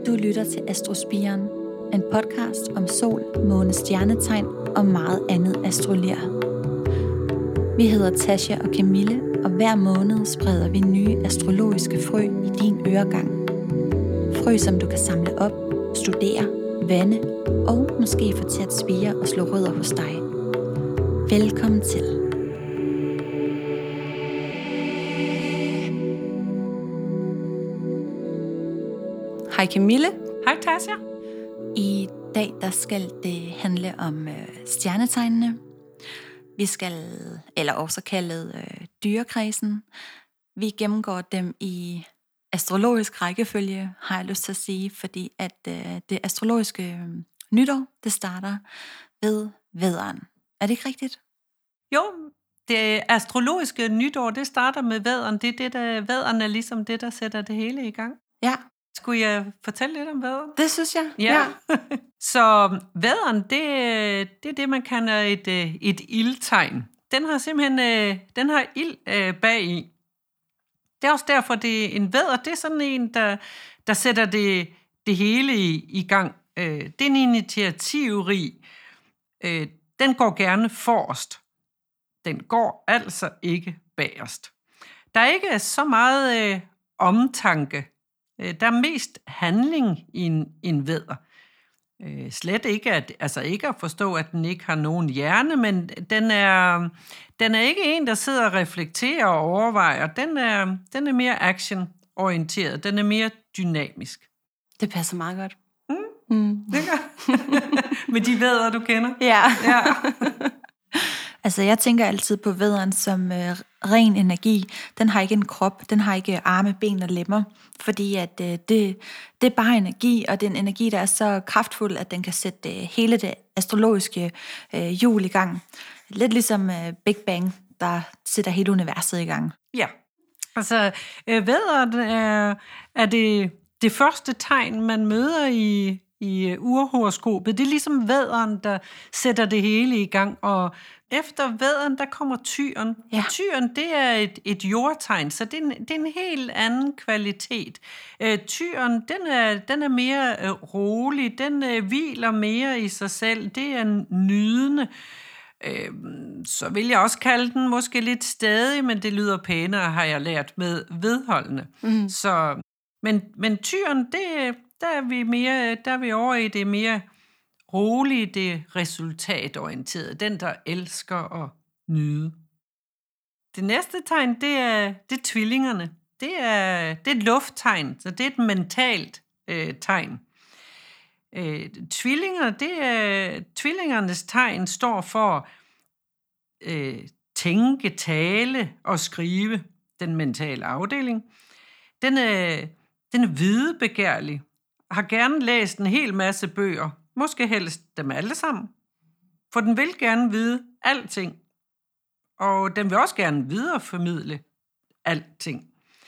Du lytter til Astrospiren, en podcast om sol, måne, stjernetegn og meget andet astrologi. Vi hedder Tasha og Camille, og hver måned spreder vi nye astrologiske frø i din øregang. Frø, som du kan samle op, studere, vande og måske få til at spire og slå rødder hos dig. Velkommen til. Hej Camille. Hej Tasha. I dag der skal det handle om stjernetegnene. Vi skal, eller også kaldet dyrekredsen. Vi gennemgår dem i astrologisk rækkefølge, har jeg lyst til at sige, fordi at det astrologiske nytår, det starter ved vædderen. Er det ikke rigtigt? Jo, det astrologiske nytår, det starter med vædderen. Det er det, der vædderen er ligesom det, der sætter det hele i gang. Ja. Skulle jeg fortælle lidt om vædderen? Det synes jeg. Ja. Så vædderen, det er det, man kalder et ildtegn. Den har simpelthen den har ild bag i. Det er også derfor, det er en vædder. Det er sådan en, der sætter det hele i gang. Det er en initiativrig. Den går gerne forrest. Den går altså ikke bagerst. Der er ikke så meget omtanke. Der er mest handling i en vædder. Slet ikke ikke at forstå, at den ikke har nogen hjerne, men den er ikke en, der sidder og reflekterer og overvejer. Den er mere actionorienteret. Den er mere dynamisk. Det passer meget godt. Det gør. Med de vædder, du kender. Ja. Altså, jeg tænker altid på vædderen som ren energi. Den har ikke en krop, den har ikke arme, ben og lemmer, fordi at det er bare energi, og det er en energi, der er så kraftfuld, at den kan sætte hele det astrologiske hjul i gang. Lidt ligesom Big Bang, der sætter hele universet i gang. Ja, altså vædderen er det første tegn, man møder i urhoroskopet. Det er ligesom vædderen, der sætter det hele i gang, og efter vædderen, der kommer tyren. Ja. Tyren, det er et jordtegn, så det er en helt anden kvalitet. Tyren, den er mere rolig, den hviler mere i sig selv, det er nydende. Så vil jeg også kalde den måske lidt stadig, men det lyder pænere, har jeg lært, med vedholdende. Mm. Så, men tyren, der er vi over i det mere rolige, det resultatorienterede. Den, der elsker at nyde. Det næste tegn, det er tvillingerne. Det er et lufttegn, så det er et mentalt tegn. Tvillingernes tegn står for tænke, tale og skrive. Den mentale afdeling. Den er videbegærlig. Har gerne læst en hel masse bøger. Måske helst dem alle sammen. For den vil gerne vide alting. Og den vil også gerne videreformidle alting.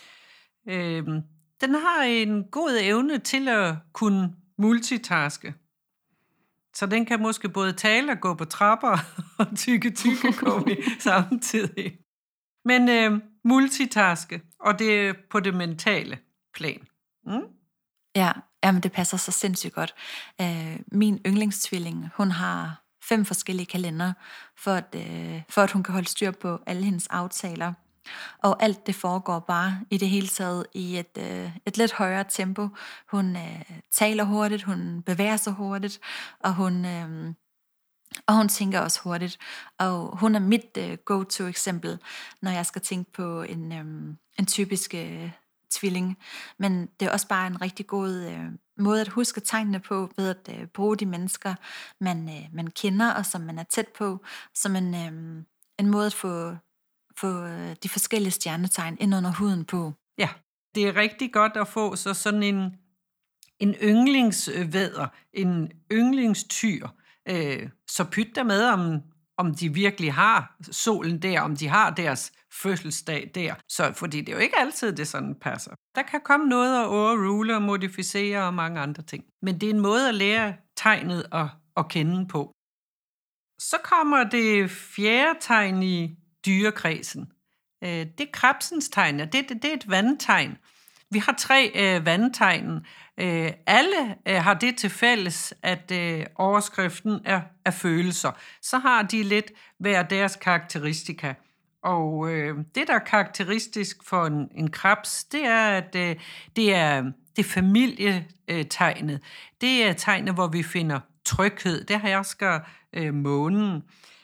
Den har en god evne til at kunne multitaske. Så den kan måske både tale og gå på trapper og tykke tyggegummi samtidig. Men multitaske, og det er på det mentale plan. Mm? Ja, men det passer så sindssygt godt. Min yndlingstvilling, hun har 5 forskellige kalendere, for at hun kan holde styr på alle hendes aftaler. Og alt det foregår bare i det hele taget i et lidt højere tempo. Hun taler hurtigt, hun bevæger sig hurtigt, og hun tænker også hurtigt. Og hun er mit go-to-eksempel, når jeg skal tænke på en typisk tvilling. Men det er også bare en rigtig god måde at huske tegnene på, ved at bruge de mennesker, man kender, og som man er tæt på, som en måde at få de forskellige stjernetegn ind under huden på. Ja, det er rigtig godt at få sådan en yndlingsvædder, en yndlingstyr. Så pyt der med, om de virkelig har solen der, om de har deres fødselsdag der. Så, fordi det er jo ikke altid, det sådan passer. Der kan komme noget at overrule og modificere og mange andre ting. Men det er en måde at lære tegnet at kende på. Så kommer det 4. tegn i dyrekredsen. Det er krebsens tegn, og det er et vandtegn. Vi har 3 vandtegn. Alle har det til fælles, at overskriften er følelser. Så har de lidt hver deres karakteristika. Og det, der er karakteristisk for en krebs, det er, at det er familietegnet. Det er tegnet, hvor vi finder tryghed. Det hersker månen.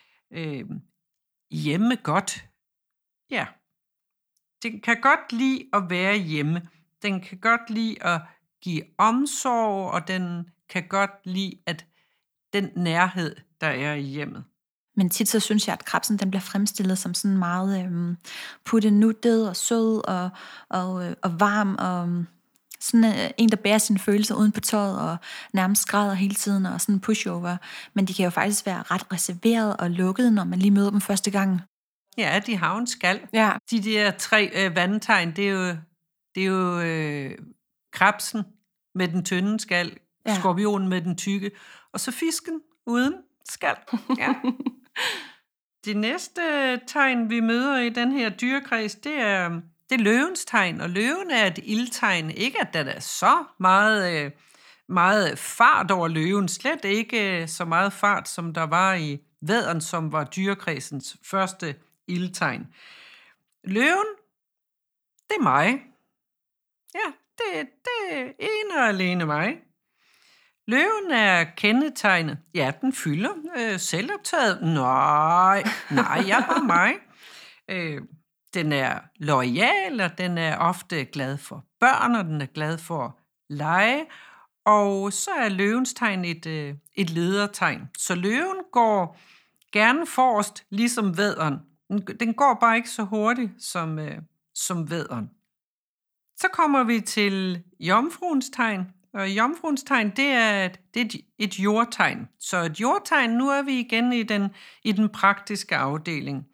Hjemme godt. Ja. Den kan godt lide at være hjemme. Den kan godt lide at give omsorg, og den kan godt lide at den nærhed, der er i hjemmet. Men tit så synes jeg, at krebsen den bliver fremstillet som sådan meget puttenuttet og sød og varm og sådan en, der bærer sine følelser uden på tøjet og nærmest græder hele tiden og sådan en pushover. Men de kan jo faktisk være ret reserveret og lukket, når man lige møder dem første gang. Ja, de har en skal. Ja. De der 3 vandtegn, det er jo krebsen med den tynde skal, skorpionen med den tykke, og så fisken uden skal. Ja. Det næste tegn, vi møder i den her dyrekreds, det er løvens tegn, og løven er et ildtegn. Ikke at der er så meget fart over løven, slet ikke så meget fart, som der var i vædderen, som var dyrekredsens første ildtegn. Løven, det er mig. Ja, det er en og alene mig. Løven er kendetegnet. Ja, den fylder. Selvoptaget. Nej, jeg er bare mig. Den er loyal, og den er ofte glad for børn, og den er glad for at lege. Og så er løvens tegn et ledertegn. Så løven går gerne forrest, ligesom vædderen. Den går bare ikke så hurtigt som vædderen. Så kommer vi til jomfruens tegn. Og jomfruens tegn, det er et jordtegn. Så et jordtegn, nu er vi igen i den praktiske afdeling.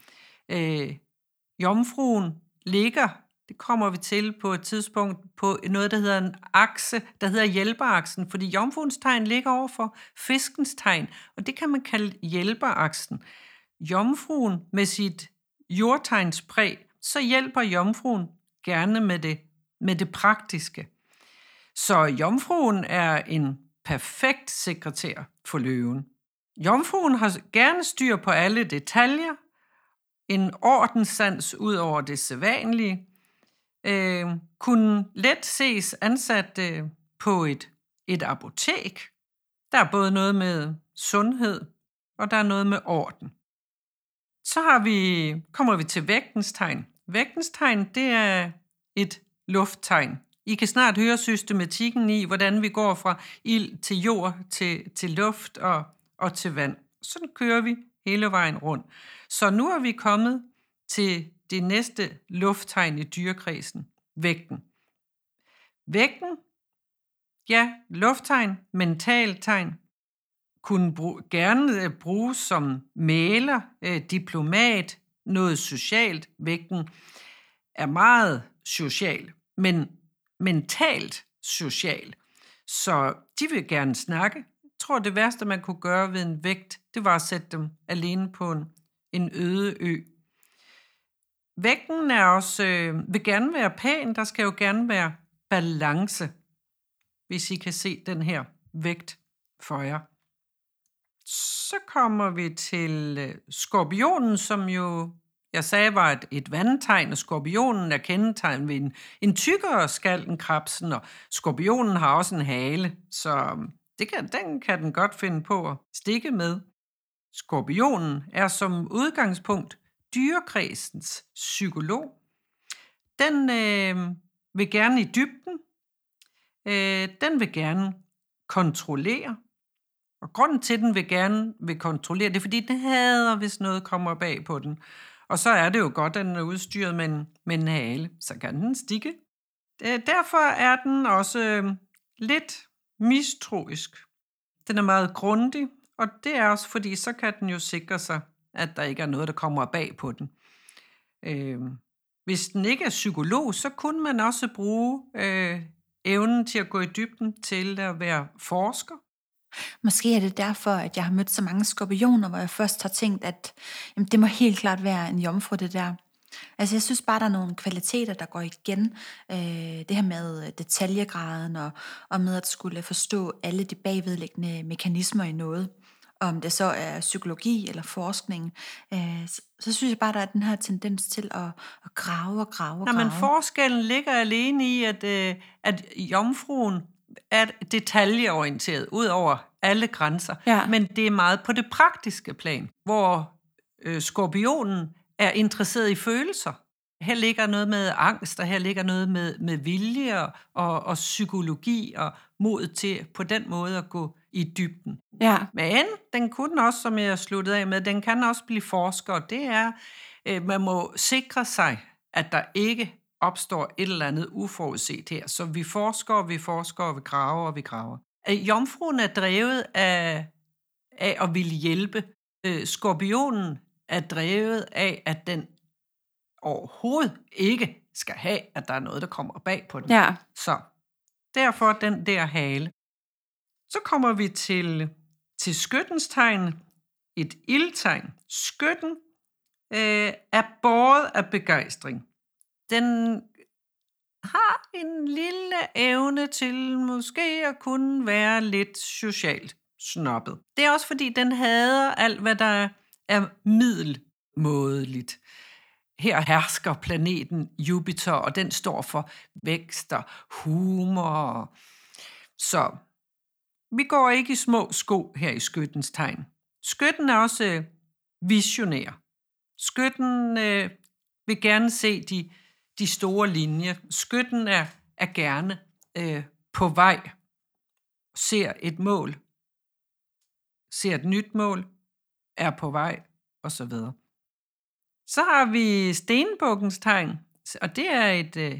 Jomfruen ligger, det kommer vi til på et tidspunkt, på noget, der hedder en akse, der hedder hjælperaksen, fordi jomfruens tegn ligger over for fiskens tegn, og det kan man kalde hjælperaksen. Jomfruen med sit jordtegnspræg, så hjælper jomfruen gerne med det praktiske. Så jomfruen er en perfekt sekretær for løven. Jomfruen har gerne styr på alle detaljer, en ordenssans ud over det sædvanlige, kunne let ses ansat på et apotek. Der er både noget med sundhed, og der er noget med orden. Så kommer vi til vægtens tegn. Vægtens tegn, det er et lufttegn. I kan snart høre systematikken i, hvordan vi går fra ild til jord, til luft og til vand. Sådan kører vi hele vejen rundt. Så nu er vi kommet til det næste lufttegn i dyrekredsen, vægten. Vægten, ja, lufttegn, mentaltegn, kunne gerne bruges som mægler, diplomat, noget socialt. Vægten er meget social, men mentalt social. Så de vil gerne snakke. Jeg tror, det værste, man kunne gøre ved en vægt, det var at sætte dem alene på en øde ø. Vægten er også, vil gerne være pæn. Der skal jo gerne være balance, hvis I kan se den her vægt for jer. Så kommer vi til skorpionen, som jo, jeg sagde, var et vandtegn, og skorpionen er kendetegn ved en tykkere skal end krebsen, og skorpionen har også en hale, så den kan den godt finde på at stikke med. Skorpionen er som udgangspunkt dyrekredsens psykolog. Den vil gerne i dybden. Den vil gerne kontrollere. Og grunden til, at den vil kontrollere, det er, fordi den hader, hvis noget kommer bag på den. Og så er det jo godt, at den er udstyret med en hale. Så kan den stikke. Derfor er den også lidt mistroisk. Den er meget grundig, og det er også fordi, så kan den jo sikre sig, at der ikke er noget, der kommer bag på den. Hvis den ikke er psykolog, så kunne man også bruge evnen til at gå i dybden til at være forsker. Måske er det derfor, at jeg har mødt så mange skorpioner, hvor jeg først har tænkt, at jamen, det må helt klart være en jomfru, det der. Altså, jeg synes bare, der er nogle kvaliteter, der går igen. Det her med detaljegraden og med at skulle forstå alle de bagvedliggende mekanismer i noget. Om det så er psykologi eller forskning, så synes jeg bare, der er den her tendens til at grave og grave og Nå, men grave. forskellen ligger alene i, at jomfruen er detaljeorienteret ud over alle grænser. Ja. Men det er meget på det praktiske plan, hvor skorpionen er interesseret i følelser. Her ligger noget med angst, og her ligger noget med vilje og psykologi og mod til på den måde at gå i dybden. Ja. Men den kunne også, som jeg sluttede af med, den kan også blive forsker. Det er, man må sikre sig, at der ikke opstår et eller andet uforudset her. Så vi forsker, og vi graver, og vi graver. Jomfruen er drevet af at ville hjælpe. Skorpionen er drevet af, at den overhovedet ikke skal have, at der er noget, der kommer bag på den. Ja. Så derfor den der hale. Så kommer vi til skyttens tegn, et ildtegn. Skytten er båret af begejstring. Den har en lille evne til måske at kunne være lidt socialt snobbet. Det er også fordi, den hader alt, hvad der er middelmådeligt. Her hersker planeten Jupiter, og den står for vækst og humor. Så vi går ikke i små sko her i skyttens tegn. Skytten er også visionær. Skytten vil gerne se de store linjer. Skytten er gerne på vej, ser et mål, ser et nyt mål, er på vej, osv. Så har vi stenbukkens tegn, og det er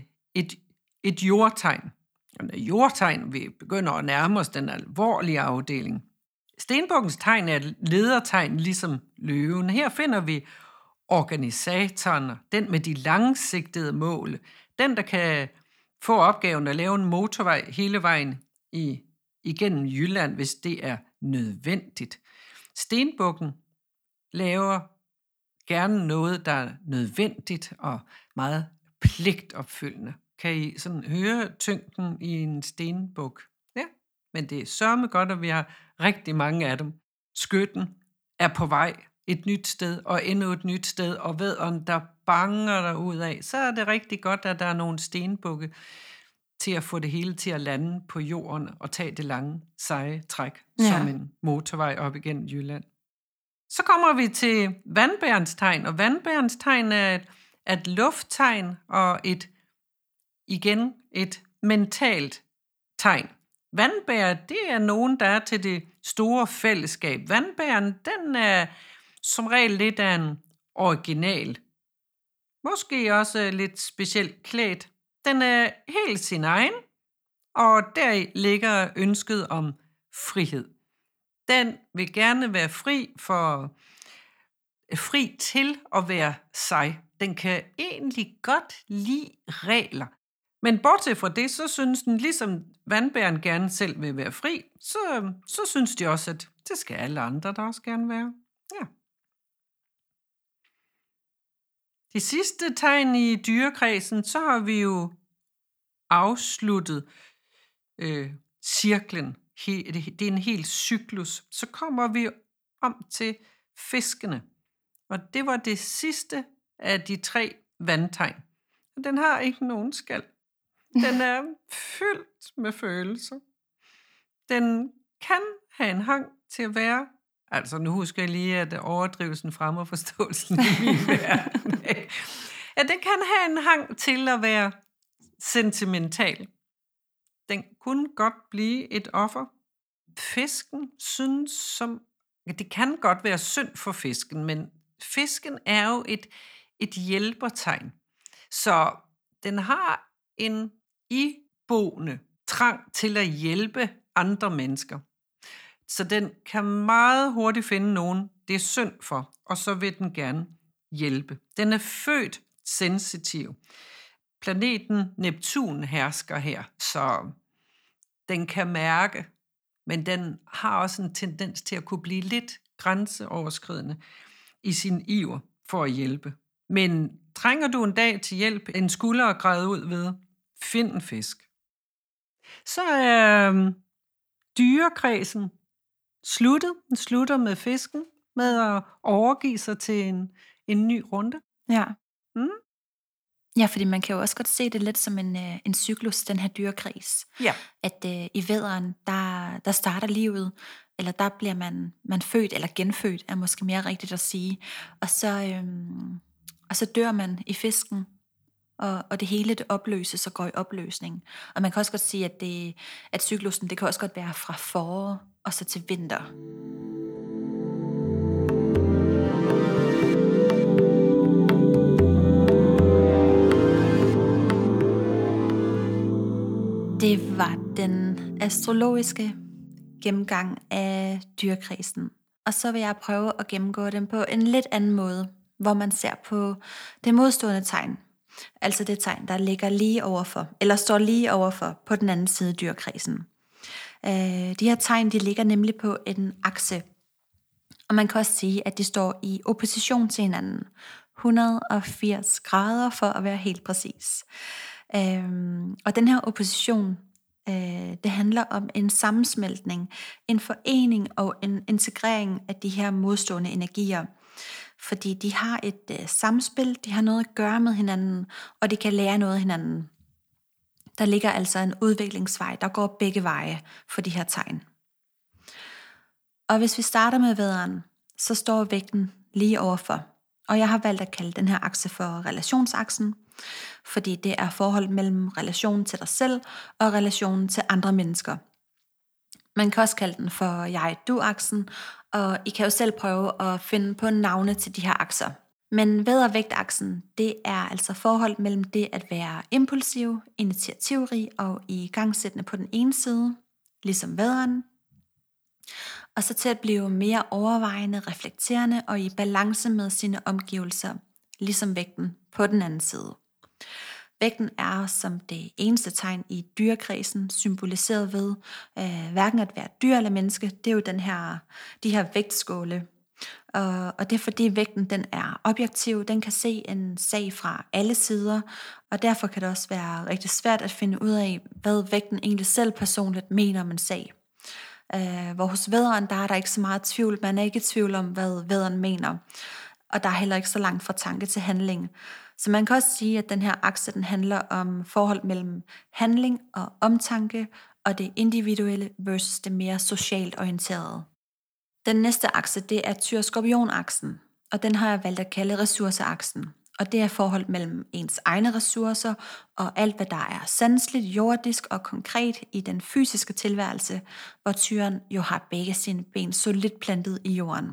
et jordtegn. Jordtegn, vi begynder at nærme os den alvorlige afdeling. Stenbukkens tegn er et ledertegn, ligesom løven. Her finder vi organisatoren, den med de langsigtede mål. Den, der kan få opgaven at lave en motorvej hele vejen igennem Jylland, hvis det er nødvendigt. Stenbukken laver gerne noget, der er nødvendigt og meget pligtopfyldende. Kan I sådan høre tyngden i en stenbuk? Ja, men det er sørme godt, at vi har rigtig mange af dem. Skytten er på vej et nyt sted og endnu et nyt sted, og vædderen, der banger der ud af, så er det rigtig godt, at der er nogle stenbukke til at få det hele til at lande på jorden og tage det lange, seje træk som en motorvej op igennem Jylland. Så kommer vi til vandbærens tegn, og vandbærens tegn er et lufttegn og et mentalt tegn. Vandbær, det er nogen, der er til det store fællesskab. Vandbæren, den er som regel lidt af en original. Måske også lidt specielt klædt. Den er helt sin egen, og der ligger ønsket om frihed. Den vil gerne være fri til at være sig. Den kan egentlig godt lide regler. Men bortset fra det, så synes den, ligesom vandbæren gerne selv vil være fri, så synes de også, at det skal alle andre der også gerne være. Ja. Det sidste tegn i dyrekredsen, så har vi jo afsluttet cirklen. Det er en hel cyklus. Så kommer vi om til fiskene. Og det var det sidste af de 3 vandtegn. Den har ikke nogen skal. Den er fyldt med følelser. Den kan have en hang til at være... Altså, nu husker jeg lige, at overdrivelsen fremmer forståelsen i min verden. Ja, den kan have en hang til at være sentimental. Den kunne godt blive et offer. Fisken synes som... Det kan godt være synd for fisken, men fisken er jo et hjælpertegn. Så den har en iboende trang til at hjælpe andre mennesker. Så den kan meget hurtigt finde nogen, det er synd for, og så vil den gerne hjælpe. Den er født sensitiv. Planeten Neptun hersker her, så den kan mærke, men den har også en tendens til at kunne blive lidt grænseoverskridende i sin iver for at hjælpe. Men Trænger du en dag til hjælp, en skulder at græde ud ved? Find en fisk. Så er dyrekredsen sluttet. Den slutter med fisken, med at overgive sig til en ny runde. Ja. Mm? Ja, fordi man kan jo også godt se det lidt som en cyklus, den her dyrekreds. Ja. At i vædderen, der starter livet, eller der bliver man født, eller genfødt, er måske mere rigtigt at sige. Og så dør man i fisken, og det hele det opløses og går i opløsning. Og man kan også godt sige, at cyklusen, det kan også godt være fra forår og så til vinter. Det var den astrologiske gennemgang af dyrekredsen. Og så vil jeg prøve at gennemgå den på en lidt anden måde, hvor man ser på det modstående tegn. Altså det tegn, der ligger lige overfor, eller står lige overfor på den anden side af dyrekredsen. De her tegn, de ligger nemlig på en akse. Og man kan også sige, at de står i opposition til hinanden. 180 grader for at være helt præcis. Og den her opposition, det handler om en sammensmeltning, en forening og en integrering af de her modstående energier. Fordi de har et samspil, de har noget at gøre med hinanden, og de kan lære noget af hinanden. Der ligger altså en udviklingsvej, der går begge veje for de her tegn. Og hvis vi starter med vædderen, så står vægten lige overfor. Og jeg har valgt at kalde den her akse for relationsaksen, fordi det er forhold mellem relationen til dig selv og relationen til andre mennesker. Man kan også kalde den for jeg-du-aksen, og I kan jo selv prøve at finde på navne til de her akser. Men vædder-vægt-aksen, det er altså forhold mellem det at være impulsiv, initiativrig og igangsættende på den ene side, ligesom vædderen, og så til at blive mere overvejende, reflekterende og i balance med sine omgivelser, ligesom vægten på den anden side. Vægten er som det eneste tegn i dyrekredsen symboliseret ved hverken at være dyr eller menneske. Det er jo de her vægtskåle. Og det er fordi vægten den er objektiv, den kan se en sag fra alle sider, og derfor kan det også være rigtig svært at finde ud af, hvad vægten egentlig selv personligt mener om en sag. Hvor hos vædderen, der er der ikke så meget tvivl. Man er ikke i tvivl om, hvad vædderen mener. Og der er heller ikke så langt fra tanke til handling. Så man kan også sige, at den her akse, den handler om forhold mellem handling og omtanke, og det individuelle versus det mere socialt orienterede. Den næste akse, det er Tyr-Skorpion-aksen, og den har jeg valgt at kalde ressourceaksen. Og det er forhold mellem ens egne ressourcer og alt, hvad der er sanseligt, jordisk og konkret i den fysiske tilværelse, hvor tyren jo har begge sine ben solidt plantet i jorden.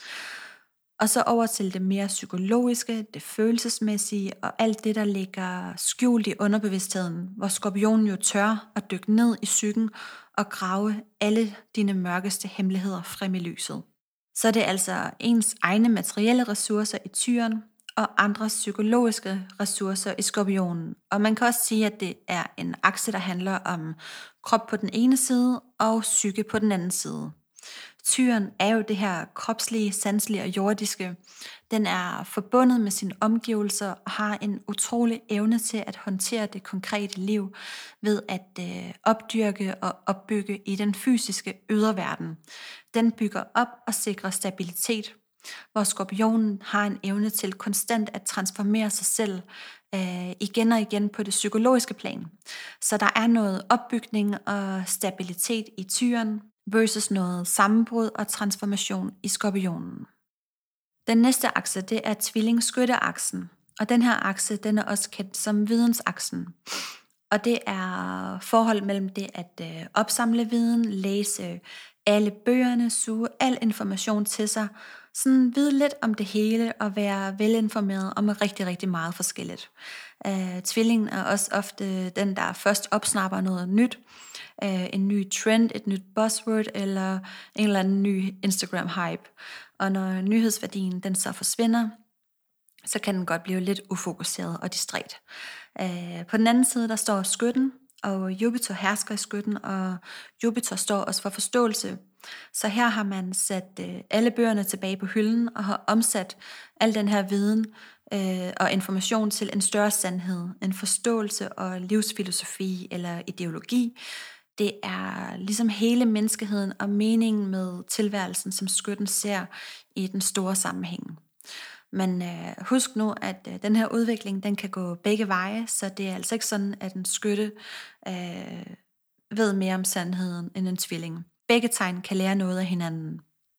Og så over til det mere psykologiske, det følelsesmæssige og alt det, der ligger skjult i underbevidstheden, hvor skorpionen jo tør at dykke ned i psyken og grave alle dine mørkeste hemmeligheder frem i lyset. Så det er altså ens egne materielle ressourcer i tyren og andres psykologiske ressourcer i skorpionen. Og man kan også sige, at det er en akse, der handler om krop på den ene side og psyke på den anden side. Tyren er jo det her kropslige, sanselige og jordiske. Den er forbundet med sine omgivelser og har en utrolig evne til at håndtere det konkrete liv ved at opdyrke og opbygge i den fysiske yderverden. Den bygger op og sikrer stabilitet, hvor skorpionen har en evne til konstant at transformere sig selv igen og igen på det psykologiske plan. Så der er noget opbygning og stabilitet i tyren, versus noget sammenbrud og transformation i skorpionen. Den næste akse, det er tvilling-skytte-aksen, og den her akse, den er også kendt som vidensaksen. Og det er forhold mellem det at opsamle viden, læse alle bøgerne, suge al information til sig, sådan vide lidt om det hele og være velinformeret om rigtig, rigtig meget forskelligt. Tvillingen er også ofte den, der først opsnapper noget nyt, en ny trend, et nyt buzzword eller en eller anden ny Instagram-hype. Og når nyhedsværdien den så forsvinder, så kan den godt blive lidt ufokuseret og distræt. På den anden side, der står skytten, og Jupiter hersker i skytten, og Jupiter står også for forståelse. Så her har man sat alle bøgerne tilbage på hylden, og har omsat al den her viden og information til en større sandhed, en forståelse og livsfilosofi eller ideologi. Det er ligesom hele menneskeheden og meningen med tilværelsen, som skytten ser i den store sammenhæng. Men husk nu, at den her udvikling, den kan gå begge veje, så det er altså ikke sådan, at en skytte ved mere om sandheden end en tvilling. Begge tegn kan lære noget af hinanden.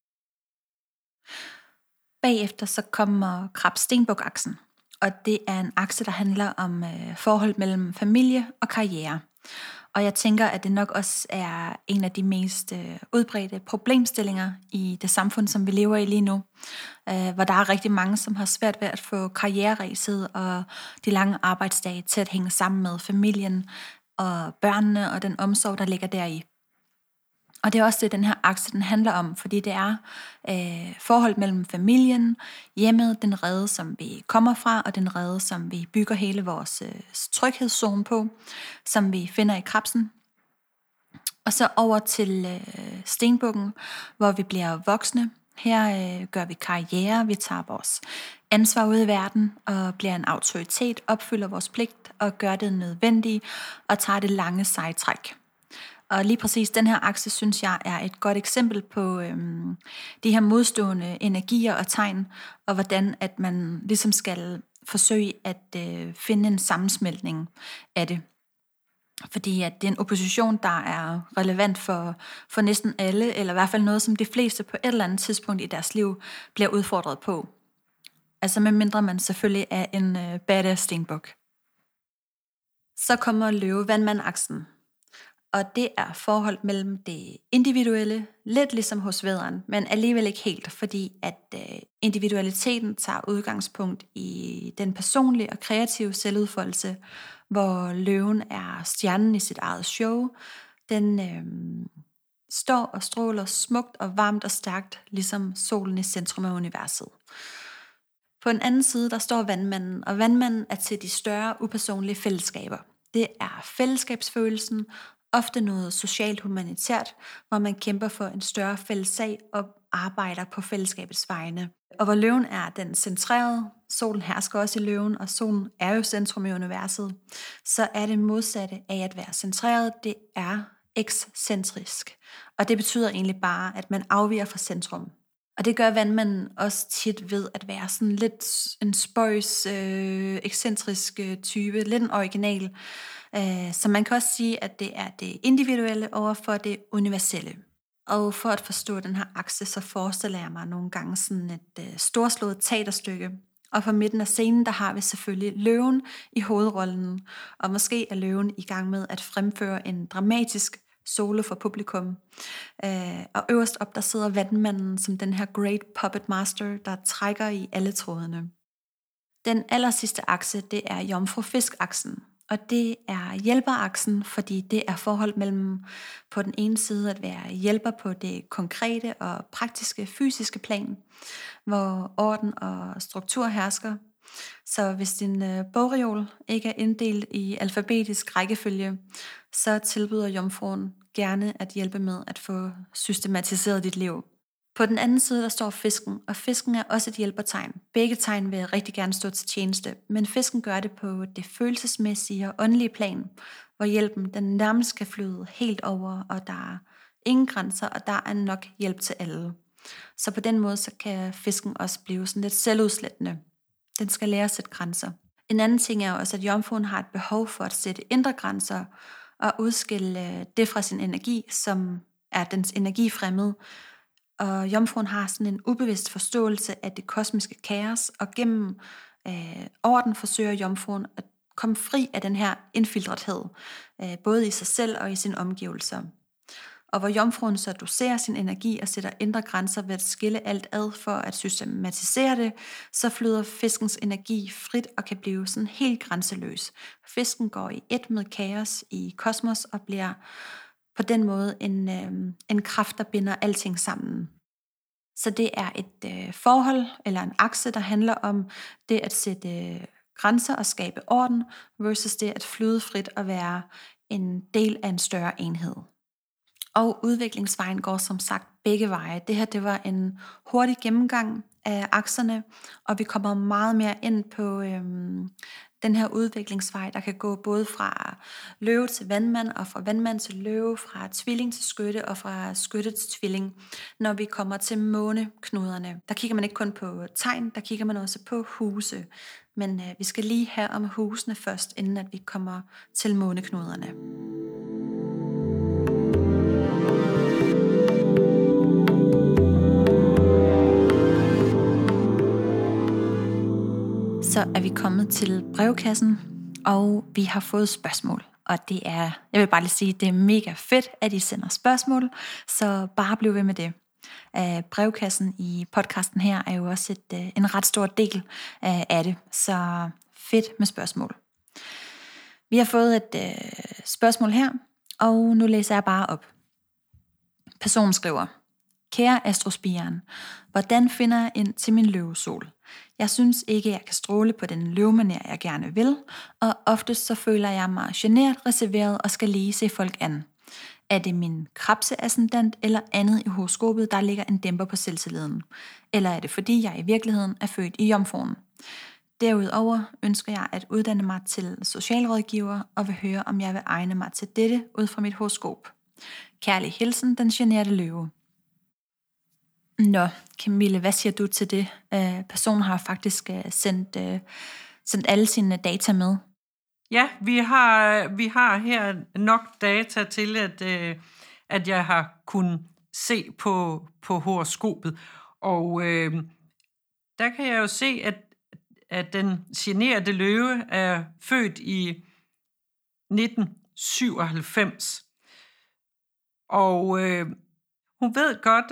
Bagefter så kommer Krab-Stenbuk-aksen, og det er en akse, der handler om forhold mellem familie og karriere. Og jeg tænker, at det nok også er en af de mest udbredte problemstillinger i det samfund, som vi lever i lige nu. Hvor der er rigtig mange, som har svært ved at få karriereræset og de lange arbejdsdage til at hænge sammen med familien og børnene og den omsorg, der ligger deri. Og det er også det, den her akse den handler om, fordi det er forhold mellem familien, hjemmet, den rede, som vi kommer fra, og den rede, som vi bygger hele vores tryghedszone på, som vi finder i krabsen. Og så over til stenbukken, hvor vi bliver voksne. Her gør vi karriere, vi tager vores ansvar ud i verden og bliver en autoritet, opfylder vores pligt og gør det nødvendige og tager det lange sejtræk. Og lige præcis den her akse, synes jeg, er et godt eksempel på de her modstående energier og tegn, og hvordan at man ligesom skal forsøge at finde en sammensmeltning af det. Fordi at det er en opposition, der er relevant for næsten alle, eller i hvert fald noget, som de fleste på et eller andet tidspunkt i deres liv bliver udfordret på. Altså medmindre man selvfølgelig er en badass stenbuk. Så kommer løve-vandmand-aksen. Og det er forhold mellem det individuelle, lidt ligesom hos vædderen, men alligevel ikke helt, fordi at individualiteten tager udgangspunkt i den personlige og kreative selvudfoldelse, hvor løven er stjernen i sit eget show. Den står og stråler smukt og varmt og stærkt, ligesom solen i centrum af universet. På den anden side, der står vandmanden, og vandmanden er til de større, upersonlige fællesskaber. Det er fællesskabsfølelsen, ofte noget socialt humanitært, hvor man kæmper for en større fælles sag og arbejder på fællesskabets vegne. Og hvor løven er den centrerede, solen hersker også i løven, og solen er jo centrum i universet, så er det modsatte af at være centreret, det er ekscentrisk. Og det betyder egentlig bare, at man afviger fra centrum. Og det gør vandmanden også tit ved at være sådan lidt en spøjs, ekscentrisk type, lidt en original. Så man kan også sige, at det er det individuelle overfor det universelle. Og for at forstå den her akse, så forestiller jeg mig nogle gange sådan et storslået teaterstykke. Og på midten af scenen, der har vi selvfølgelig løven i hovedrollen. Og måske er løven i gang med at fremføre en dramatisk solo for publikum. Og øverst op, der sidder vandmanden som den her great puppet master, der trækker i alle trådene. Den allersidste akse, det er jomfru-fisk-aksen. Og det er hjælperaksen, fordi det er forhold mellem på den ene side at være hjælper på det konkrete og praktiske fysiske plan, hvor orden og struktur hersker. Så hvis din bogreol ikke er inddelt i alfabetisk rækkefølge, så tilbyder jomfruen gerne at hjælpe med at få systematiseret dit liv. På den anden side der står fisken, og fisken er også et hjælpertegn. Begge tegn vil rigtig gerne stå til tjeneste, men fisken gør det på det følelsesmæssige og åndelige plan, hvor hjælpen den nærmest kan flyde helt over, og der er ingen grænser, og der er nok hjælp til alle. Så på den måde så kan fisken også blive sådan lidt selvudslættende. Den skal lære at sætte grænser. En anden ting er også, at jomfruen har et behov for at sætte indre grænser og udskille det fra sin energi, som er dens energifremmede. Og jomfruen har sådan en ubevidst forståelse af det kosmiske kaos, og gennem orden forsøger jomfruen at komme fri af den her indfiltrethed, både i sig selv og i sine omgivelser. Og hvor jomfruen så doserer sin energi og sætter indre grænser ved at skille alt ad for at systematisere det, så flyder fiskens energi frit og kan blive sådan helt grænseløs. Fisken går i ét med kaos i kosmos og bliver på den måde en kraft, der binder alting sammen. Så det er et forhold eller en akse, der handler om det at sætte grænser og skabe orden, versus det at flyde frit og være en del af en større enhed. Og udviklingsvejen går som sagt begge veje. Det her, det var en hurtig gennemgang af akserne, og vi kommer meget mere ind på den her udviklingsvej, der kan gå både fra løve til vandmand, og fra vandmand til løve, fra tvilling til skytte, og fra skytte til tvilling. Når vi kommer til måneknuderne, der kigger man ikke kun på tegn, der kigger man også på huse. Men vi skal lige have om husene først, inden at vi kommer til måneknuderne. Så er vi kommet til brevkassen, og vi har fået spørgsmål. Og det er, jeg vil bare lige sige, det er mega fedt, at I sender spørgsmål, så bare bliv ved med det. Brevkassen i podcasten her er jo også en ret stor del af det, så fedt med spørgsmål. Vi har fået et spørgsmål her, og nu læser jeg bare op. Personen skriver: Kære astrospiren, hvordan finder jeg ind til min løvesol? Jeg synes ikke, jeg kan stråle på den løvemanér, jeg gerne vil, og oftest så føler jeg mig genert, reserveret og skal lige se folk an. Er det min krebsascendant eller andet i horoskopet, der ligger en dæmper på selvtilliden? Eller er det fordi, jeg i virkeligheden er født i jomfruen? Derudover ønsker jeg at uddanne mig til socialrådgiver og vil høre, om jeg vil egne mig til dette ud fra mit horoskop. Kærlig hilsen, den generte løve. Nå, Camille, hvad siger du til det? Personen har faktisk sendt alle sine data med. Ja, vi har her nok data til, at jeg har kunnet se på horoskopet. Og der kan jeg jo se, at den generede løve er født i 1997. Og hun ved godt,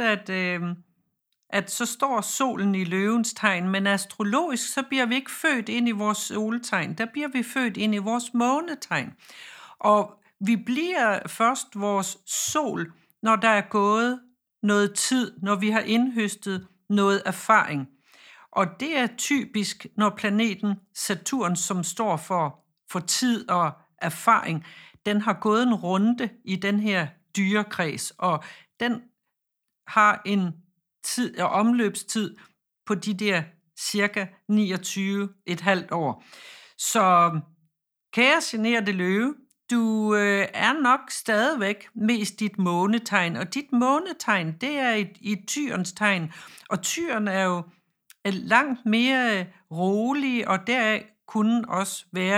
at så står solen i løvens tegn, men astrologisk, så bliver vi ikke født ind i vores soltegn. Der bliver vi født ind i vores månetegn. Og vi bliver først vores sol, når der er gået noget tid, når vi har indhøstet noget erfaring. Og det er typisk, når planeten Saturn, som står for tid og erfaring, den har gået en runde i den her dyrekreds, og den har en tid og omløbstid på de der cirka 29,5 år. Så kære generede løve, du er nok stadigvæk mest dit månetegn, og dit månetegn, det er i tyrens tegn, og tyren er jo langt mere rolig, og der kunne også være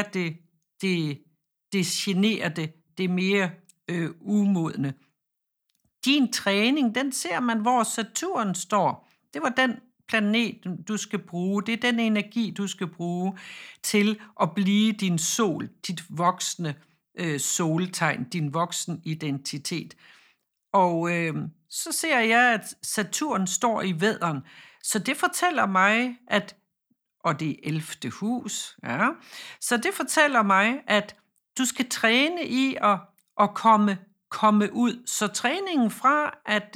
det generede, det mere umodne. Din træning, den ser man, hvor Saturn står. Det var den planet, du skal bruge. Det er den energi, du skal bruge til at blive din sol, dit voksne soltegn, din voksen identitet. Og så ser jeg, at Saturn står i vædderen. Så det fortæller mig, og det er 11. hus, ja, så det fortæller mig, at du skal træne i at komme ud. Så træningen fra, at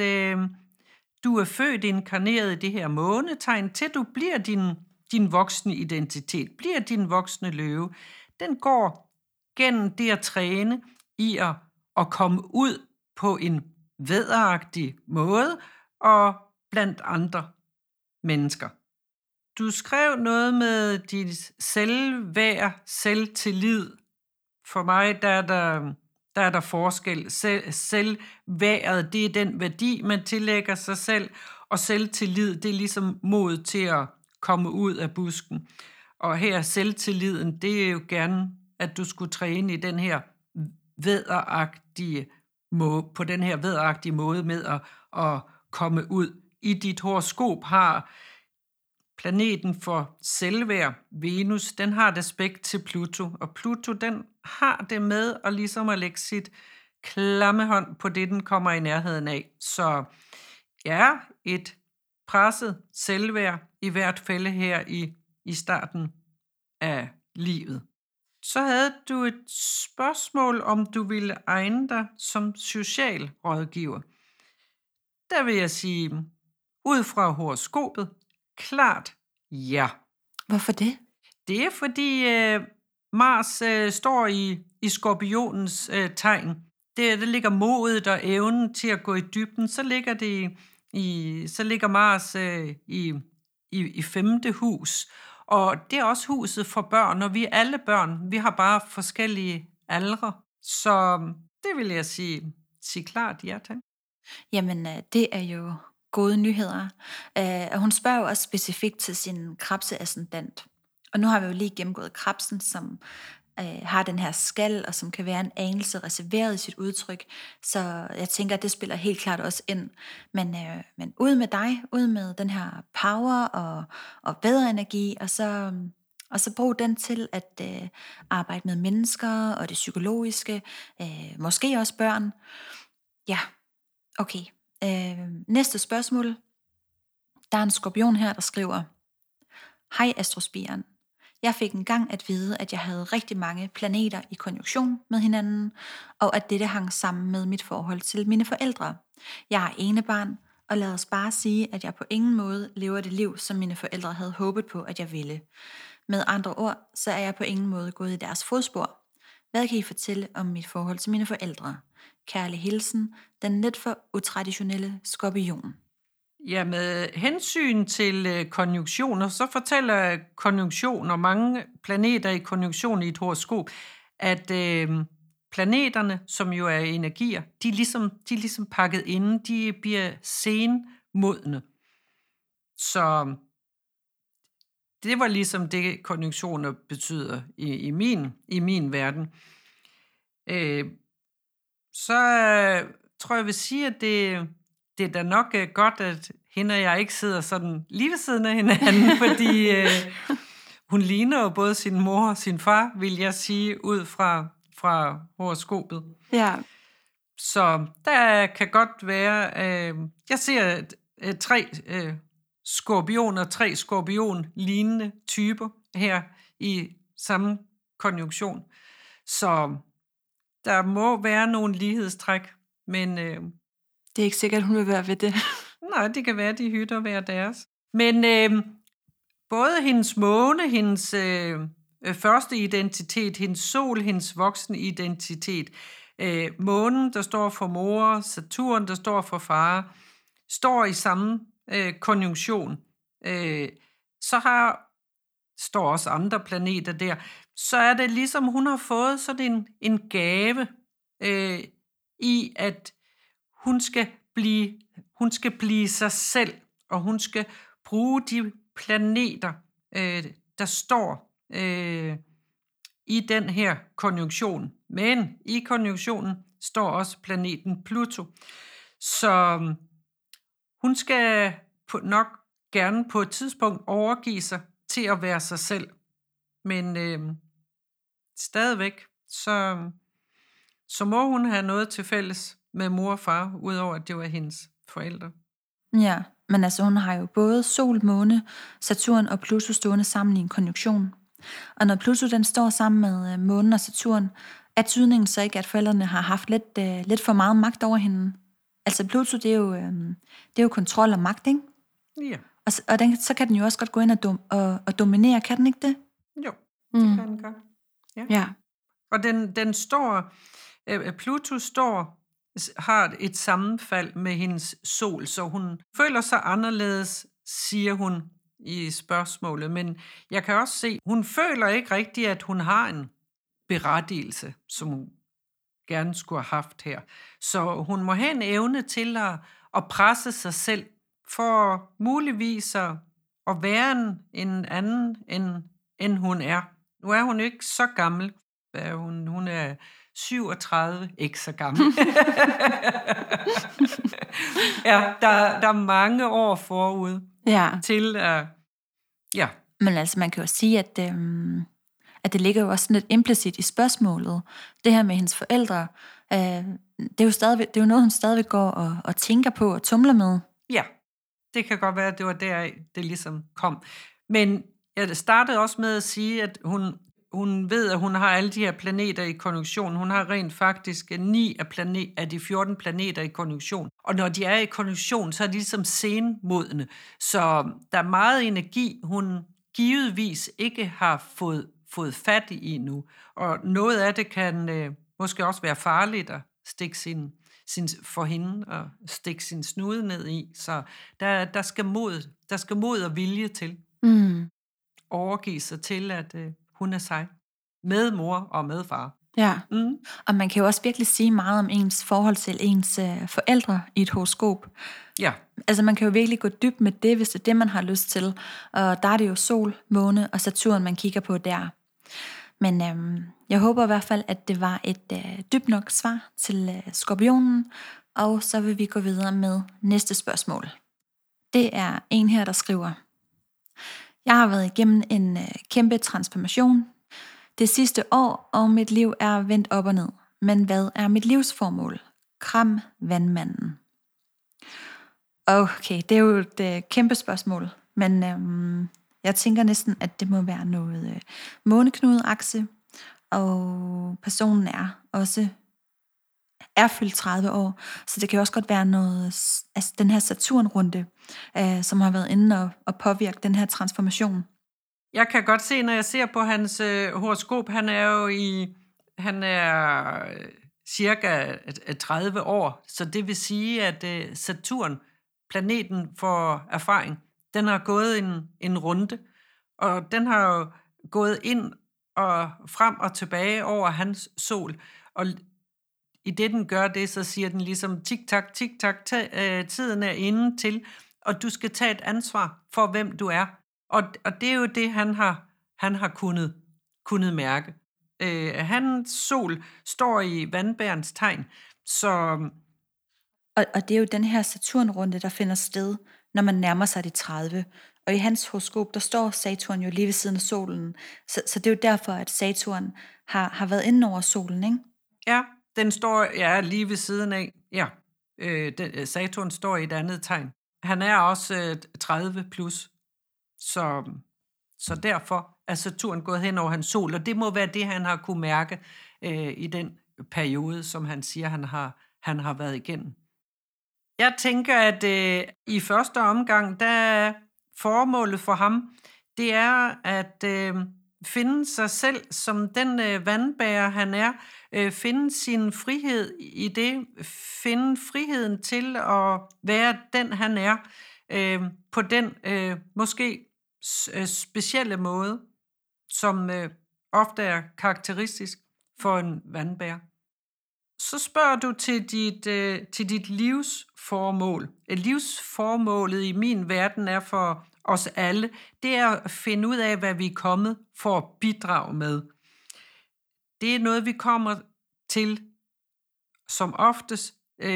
du er født inkarneret i det her månetegn, til du bliver din voksne identitet, bliver din voksne løve, den går gennem det at træne i at komme ud på en vædderagtig måde og blandt andre mennesker. Du skrev noget med dit selvværd, selvtillid. For mig der er der forskel. Selvværdet, det er den værdi, man tillægger sig selv, og selvtillid, det er ligesom mod til at komme ud af busken. Og her selvtilliden, det er jo gerne, at du skulle træne i den her vædderagtige måde, på den her vædderagtige måde med at komme ud. I dit horoskop har planeten for selvværd, Venus, den har et aspekt til Pluto, og Pluto, den har det med at ligesom at lægge sit klammehånd på det, den kommer i nærheden af. Så ja, et presset selvværd, i hvert fald her i starten af livet. Så havde du et spørgsmål, om du ville egne dig som socialrådgiver. Der vil jeg sige, ud fra horoskopet, klart ja. Hvorfor det? Det er fordi Mars står i skorpionens tegn. der ligger modet og evnen til at gå i dybden. Så ligger Mars i 5. hus. Og det er også huset for børn, og vi er alle børn. Vi har bare forskellige aldre. Så det vil jeg sige klart ja til. Jamen, det er jo gode nyheder. Og hun spørger jo også specifikt til sin krebsascendant. Og nu har vi jo lige gennemgået krebsen, som har den her skal, og som kan være en anelse reserveret i sit udtryk. Så jeg tænker, at det spiller helt klart også ind. Men ud med dig, ud med den her power og bedre energi, og så brug den til at arbejde med mennesker og det psykologiske, måske også børn. Ja, okay. Næste spørgsmål. Der er en skorpion her, der skriver: Hej Astrospiren. Jeg fik engang at vide, at jeg havde rigtig mange planeter i konjunktion med hinanden, og at dette hang sammen med mit forhold til mine forældre. Jeg er enebarn, og lad os bare sige, at jeg på ingen måde lever det liv, som mine forældre havde håbet på, at jeg ville. Med andre ord, så er jeg på ingen måde gået i deres fodspor. Hvad kan I fortælle om mit forhold til mine forældre? Kærlig hilsen, den lidt for utraditionelle skorpion. Ja, med hensyn til konjunktioner, så fortæller konjunktioner, mange planeter i konjunktion i et horoskop, at planeterne, som jo er energier, de er ligesom pakket inde, de bliver senmodne. Så det var ligesom det, konjunktioner betyder i min verden. Så tror jeg vil sige, at det er da nok godt, at hende og jeg ikke sidder sådan lige ved siden af hinanden, fordi hun ligner jo både sin mor og sin far, vil jeg sige, ud fra horoskopet. Ja. Så der kan godt være, jeg ser 3 skorpioner, 3 skorpion-lignende typer her i samme konjunktion. Så der må være nogle lighedstræk, men det er ikke sikkert, hun vil være ved det. Nej, det kan være, de hytter hver deres. Men både hendes måne, hendes første identitet, hendes sol, hendes voksne identitet, månen, der står for mor, Saturn, der står for far, står i samme konjunktion. Så står også andre planeter der. Så er det ligesom, hun har fået sådan en gave i, at hun skal blive sig selv, og hun skal bruge de planeter, der står i den her konjunktion. Men i konjunktionen står også planeten Pluto. Så hun skal nok gerne på et tidspunkt overgive sig til at være sig selv. Men stadigvæk, så må hun have noget til fælles med mor og far, udover at det var hendes forældre. Ja, men altså hun har jo både sol, måne, Saturn og Pluto stående sammen i en konjunktion. Og når Pluto den står sammen med månen og Saturn, er tydningen så ikke, at forældrene har haft lidt for meget magt over hende? Altså Pluto, det er jo kontrol og magt, ikke? Ja. Og så kan den jo også godt gå ind og dominere, kan den ikke det? Jo, det kan den godt. Ja. Og den står, Pluto har et sammenfald med hendes sol, så hun føler sig anderledes, siger hun i spørgsmålet. Men jeg kan også se, hun føler ikke rigtigt, at hun har en berettigelse, som hun gerne skulle have haft her. Så hun må have en evne til at presse sig selv, for muligvis at være en anden, end hun er. Nu er hun ikke så gammel. Hun er 37, ikke så gammel. Ja, der er mange år forud til ja. Men altså, man kan jo sige, at det ligger jo også sådan lidt implicit i spørgsmålet. Det her med hendes forældre, det er jo noget, hun stadigvæk går og tænker på og tumler med. Ja, det kan godt være, at det var der, det ligesom kom. Men jeg startede også med at sige, at hun ved, at hun har alle de her planeter i konjunktion. Hun har rent faktisk 9 af de 14 planeter i konjunktion. Og når de er i konjunktion, så er de ligesom senmodne. Så der er meget energi, hun givetvis ikke har fået fat i nu. Og noget af det kan måske også være farligt stikke for hende og stikke sin snude ned i. Så der skal mod og vilje til. Overgive sig til, at hun er sig. Med mor og med far. Ja, og man kan jo også virkelig sige meget om ens forhold til ens forældre i et horoskop. Ja. Altså man kan jo virkelig gå dybt med det, hvis det er det, man har lyst til. Og der er det jo sol, måne og Saturn, man kigger på der. Men jeg håber i hvert fald, at det var et dybt nok svar til skorpionen. Og så vil vi gå videre med næste spørgsmål. Det er en her, der skriver: Jeg har været igennem en kæmpe transformation det sidste år, og mit liv er vendt op og ned. Men hvad er mit livsformål? Kram vandmanden. Okay, det er jo et kæmpe spørgsmål, men jeg tænker næsten, at det må være noget måneknudeakse, og personen er fyldt 30 år, så det kan også godt være noget, altså den her Saturn-runde, som har været inde og påvirke den her transformation. Jeg kan godt se, når jeg ser på hans horoskop, han er cirka 30 år, så det vil sige, at Saturn, planeten for erfaring, den har gået en runde, og den har jo gået ind og frem og tilbage over hans sol, og i det den gør det, så siger den ligesom tik-tak, tik-tak, tiden er inde til, og du skal tage et ansvar for, hvem du er. Og det er jo det, han har kunnet mærke. Hans sol står i vandbærens tegn, så... Og det er jo den her Saturn-runde, der finder sted, når man nærmer sig de 30. Og i hans horoskop, der står Saturn jo lige ved siden af solen. Så det er jo derfor, at Saturn har været inde over solen, ikke? Ja, den står lige ved siden af. Ja, Saturn står i et andet tegn. Han er også 30 plus. Så derfor er Saturn gået hen over hans sol, og det må være det, han har kunne mærke i den periode, som han siger, han har været igennem. Jeg tænker, at i første omgang, der formålet for ham, det er at finde sig selv som den vandbærer, han er, finde sin frihed i det, finde friheden til at være den, han er, på den måske specielle måde, som ofte er karakteristisk for en vandbærer. Så spørger du til dit livsformål. Livsformålet i min verden er for os alle, det er at finde ud af, hvad vi er kommet for at bidrage med. Det er noget, vi kommer til som oftest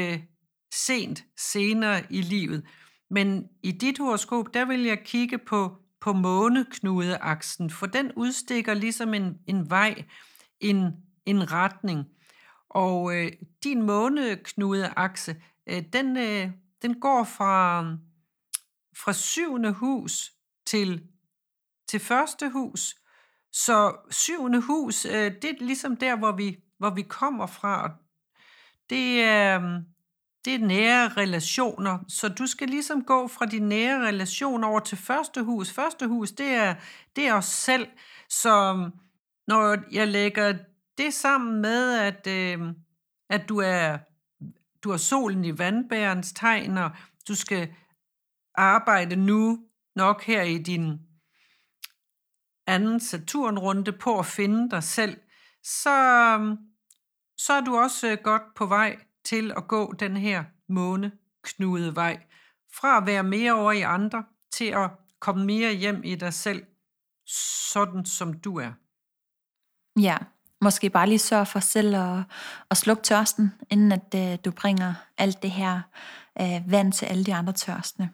senere i livet. Men i dit horoskop, der vil jeg kigge på måneknudeaksen, for den udstikker ligesom en vej, en retning. Og din måneknudeakse, den går fra 7. hus til første hus. Så 7. hus, det er ligesom der, hvor vi kommer fra. Det er nære relationer, så du skal ligesom gå fra de nære relationer over til første hus. Første hus, det er os selv. Så når jeg lægger det sammen med, at du har solen i vandbærens tegn, og du skal arbejde nu nok her i din anden Saturn-runde på at finde dig selv, så er du også godt på vej til at gå den her måneknudevej. Fra at være mere over i andre, til at komme mere hjem i dig selv, sådan som du er. Ja, måske bare lige sørge for selv at slukke tørsten, inden at du bringer alt det her vand til alle de andre tørstende.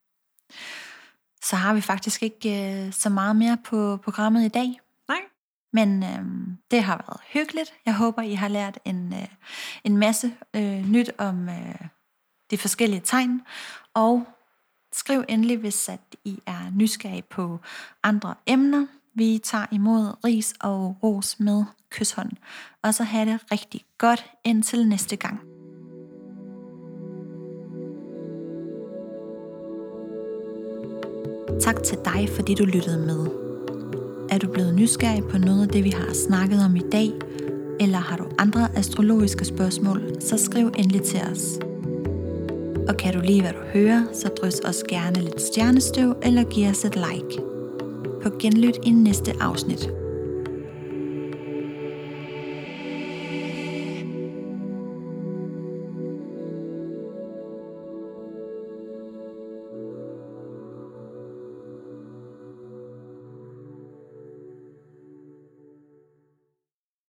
Så har vi faktisk ikke så meget mere på programmet i dag. Nej. Men det har været hyggeligt. Jeg håber, I har lært en masse nyt om de forskellige tegn. Og skriv endelig, hvis at I er nysgerrige på andre emner. Vi tager imod ris og ros med kyshånd. Og så have det rigtig godt indtil næste gang. Tak til dig, fordi du lyttede med. Er du blevet nysgerrig på noget af det, vi har snakket om i dag? eller har du andre astrologiske spørgsmål, så skriv endelig til os. Og kan du lide, hvad du hører, så drys os gerne lidt stjernestøv eller giv os et like. På genlyt i næste afsnit.